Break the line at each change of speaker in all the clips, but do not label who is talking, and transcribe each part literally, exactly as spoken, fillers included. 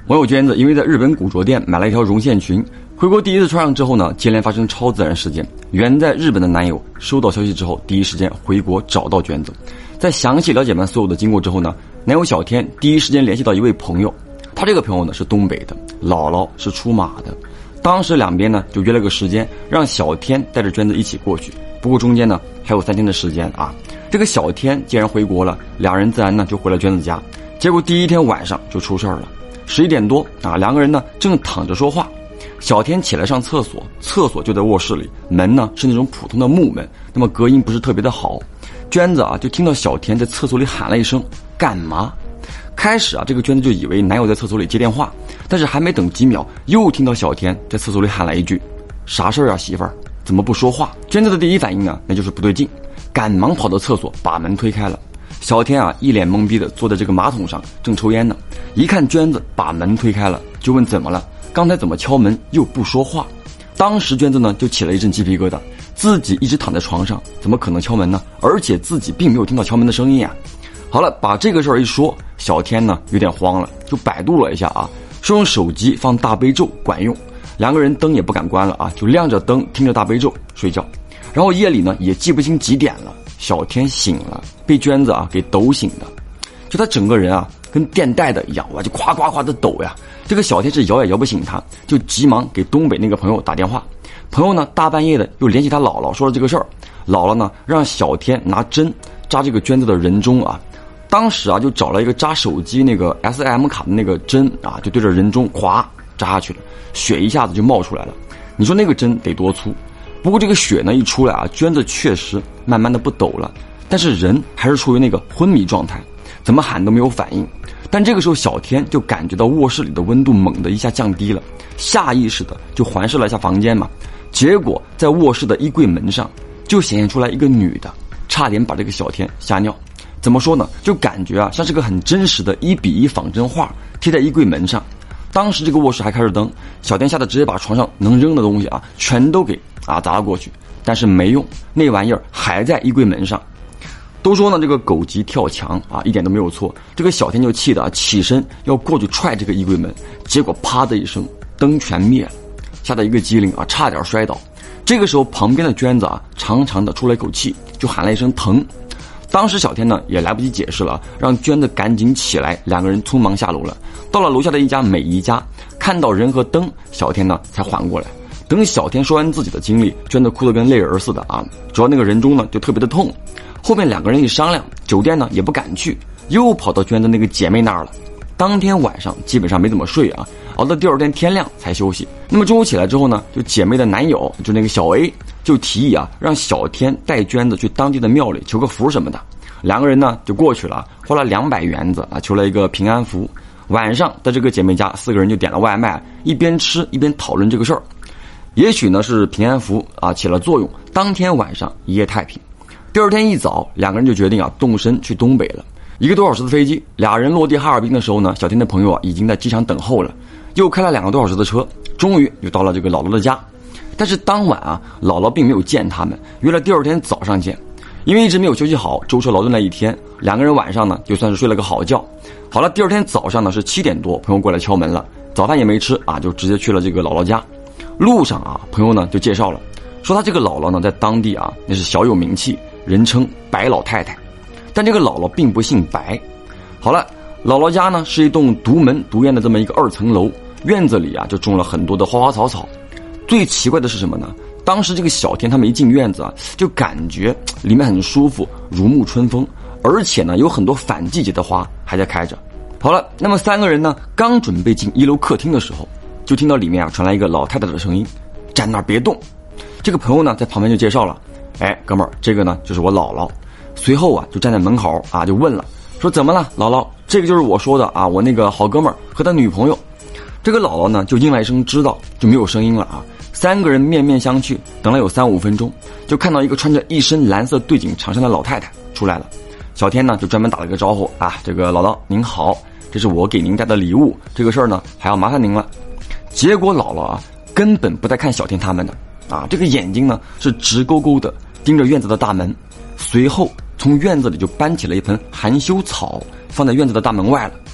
网友娟子因为在日本古着店买了一条绒线裙，回国第一次穿上之后呢，接连发生超自然事件。远在日本的男友收到消息之后，第一时间回国找到娟子，在详细了解完所有的经过之后呢，男友小天第一时间联系到一位朋友，他这个朋友呢是东北的，姥姥是出马的。当时两边呢就约了个时间，让小天带着娟子一起过去。不过中间呢还有三天的时间啊。这个小天既然回国了，两人自然呢就回了娟子家。结果第一天晚上就出事儿了。十一点多啊，两个人呢正躺着说话，小天起来上厕所，厕所就在卧室里，门呢是那种普通的木门，那么隔音不是特别的好。娟子啊就听到小天在厕所里喊了一声干嘛。开始啊这个娟子就以为男友在厕所里接电话，但是还没等几秒，又听到小天在厕所里喊了一句啥事儿啊媳妇儿，怎么不说话？娟子的第一反应呢那就是不对劲，赶忙跑到厕所把门推开了。小天啊一脸懵逼的坐在这个马桶上正抽烟呢，一看娟子把门推开了，就问怎么了，刚才怎么敲门又不说话。当时娟子呢就起了一阵鸡皮疙瘩，自己一直躺在床上，怎么可能敲门呢？而且自己并没有听到敲门的声音啊。好了，把这个事儿一说，小天呢有点慌了，就百度了一下啊，说用手机放大悲咒管用。两个人灯也不敢关了啊，就亮着灯听着大悲咒睡觉。然后夜里呢也记不清几点了，小天醒了，被娟子啊给抖醒的，就他整个人啊跟电带的一样，哇，就夸夸夸的抖呀。这个小天是摇也摇不醒他，就急忙给东北那个朋友打电话。朋友呢大半夜的又联系他姥姥说了这个事儿，姥姥呢让小天拿针扎这个娟子的人中啊。当时啊就找了一个扎手机那个 S M 卡的那个针啊，就对着人中咵扎下去了，血一下子就冒出来了。你说那个针得多粗？不过这个血呢一出来啊，娟子确实慢慢的不抖了，但是人还是处于那个昏迷状态，怎么喊都没有反应。但这个时候小天就感觉到卧室里的温度猛地一下降低了，下意识的就环视了一下房间嘛，结果在卧室的衣柜门上就显现出来一个女的，差点把这个小天吓尿。怎么说呢，就感觉啊像是个很真实的一比一仿真画贴在衣柜门上。当时这个卧室还开着灯，小天吓得直接把床上能扔的东西啊全都给啊砸了过去，但是没用，那玩意儿还在衣柜门上。都说呢这个狗急跳墙啊，一点都没有错。这个小天就气得啊起身要过去踹这个衣柜门，结果啪的一声灯全灭了，吓得一个机灵啊差点摔倒。这个时候旁边的娟子啊长长的出了一口气，就喊了一声疼。当时小天呢也来不及解释了，让娟子赶紧起来，两个人匆忙下楼了。到了楼下的一家美宜家，看到人和灯，小天呢才缓过来。等小天说完自己的经历，娟子哭得跟泪人似的啊，主要那个人中呢就特别的痛。后面两个人一商量，酒店呢也不敢去，又跑到娟子那个姐妹那儿了。当天晚上基本上没怎么睡啊，熬到第二天天亮才休息。那么中午起来之后呢，就姐妹的男友就那个小 A 就提议啊，让小天带娟子去当地的庙里求个福什么的。两个人呢就过去了，花了两百元子啊，求了一个平安符。晚上在这个姐妹家，四个人就点了外卖，一边吃一边讨论这个事儿。也许呢是平安符啊起了作用，当天晚上一夜太平。第二天一早，两个人就决定啊动身去东北了。一个多小时的飞机，俩人落地哈尔滨的时候呢，小天的朋友啊已经在机场等候了。又开了两个多小时的车，终于就到了这个姥姥的家。但是当晚啊，姥姥并没有见他们，约了第二天早上见。因为一直没有休息好，舟车劳顿了一天，两个人晚上呢就算是睡了个好觉。好了，第二天早上呢是七点多，朋友过来敲门了，早饭也没吃啊，就直接去了这个姥姥家。路上啊，朋友呢就介绍了，说他这个姥姥呢在当地啊那是小有名气，人称白老太太。但这个姥姥并不姓白。好了，姥姥家呢是一栋独门独院的这么一个二层楼，院子里啊就种了很多的花花草草。最奇怪的是什么呢？当时这个小天他们一进院子啊，就感觉里面很舒服，如沐春风，而且呢有很多反季节的花还在开着。好了，那么三个人呢刚准备进一楼客厅的时候，就听到里面啊传来一个老太太的声音，站那儿别动。这个朋友呢在旁边就介绍了，哎哥们儿，这个呢就是我姥姥。随后啊就站在门口啊就问了，说怎么了姥姥？这个就是我说的啊，我那个好哥们儿和他女朋友。这个姥姥呢就应了一声知道，就没有声音了啊。三个人面面相觑，等了有三五分钟，就看到一个穿着一身蓝色对襟长衫的老太太出来了。小天呢就专门打了个招呼啊，这个姥姥您好，这是我给您带的礼物，这个事儿呢还要麻烦您了。结果姥姥啊根本不带看小天他们的啊，这个眼睛呢是直勾勾的盯着院子的大门，随后从院子里就搬起了一盆含羞草放在院子的大门外了。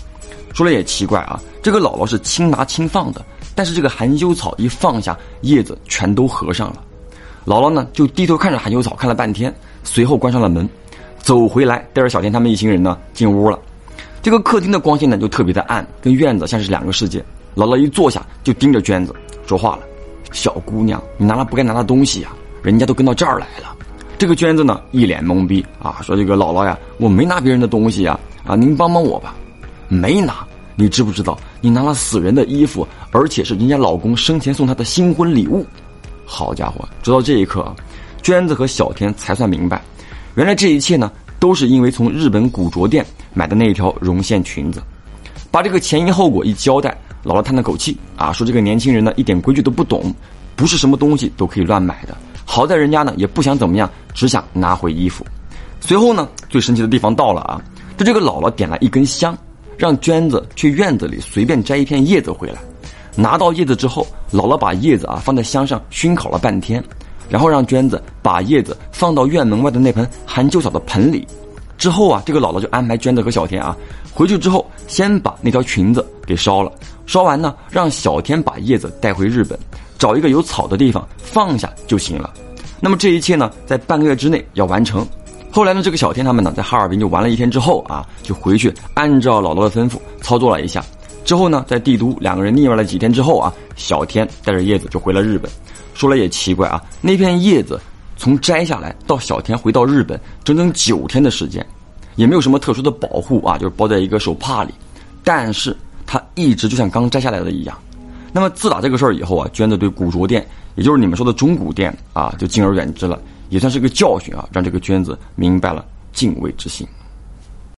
说了也奇怪啊，这个姥姥是轻拿轻放的，但是这个含羞草一放下，叶子全都合上了。姥姥呢就低头看着含羞草看了半天，随后关上了门，走回来带着小田他们一行人呢进屋了。这个客厅的光线呢就特别的暗，跟院子像是两个世界。姥姥一坐下就盯着娟子说话了：“小姑娘，你拿了不该拿的东西呀、啊，人家都跟到这儿来了。”这个娟子呢一脸懵逼啊，说：“这个姥姥呀，我没拿别人的东西呀，啊，您帮帮我吧。”没拿？你知不知道你拿了死人的衣服，而且是人家老公生前送她的新婚礼物？好家伙，直到这一刻啊，娟子和小田才算明白，原来这一切呢都是因为从日本古着店买的那一条绒线裙子。把这个前因后果一交代，姥姥叹了口气啊，说这个年轻人呢一点规矩都不懂，不是什么东西都可以乱买的。好在人家呢也不想怎么样，只想拿回衣服。随后呢，最神奇的地方到了啊，这这个姥姥点了一根香，让娟子去院子里随便摘一片叶子回来。拿到叶子之后，姥姥把叶子啊放在香上熏烤了半天，然后让娟子把叶子放到院门外的那盆含羞草的盆里。之后啊，这个姥姥就安排娟子和小田啊回去之后，先把那条裙子给烧了，烧完呢，让小田把叶子带回日本，找一个有草的地方放下就行了。那么这一切呢，在半个月之内要完成。后来呢，这个小田他们呢，在哈尔滨就玩了一天之后啊，就回去按照姥姥的吩咐操作了一下。之后呢，在帝都两个人腻歪了几天之后啊，小田带着叶子就回了日本。说来也奇怪啊，那片叶子从摘下来到小田回到日本，整整九天的时间，也没有什么特殊的保护啊，就是包在一个手帕里，但是它一直就像刚摘下来的一样。那么自打这个事儿以后啊，娟子对古着店，也就是你们说的中古店啊，就敬而远之了，也算是个教训啊，让这个娟子明白了敬畏之心。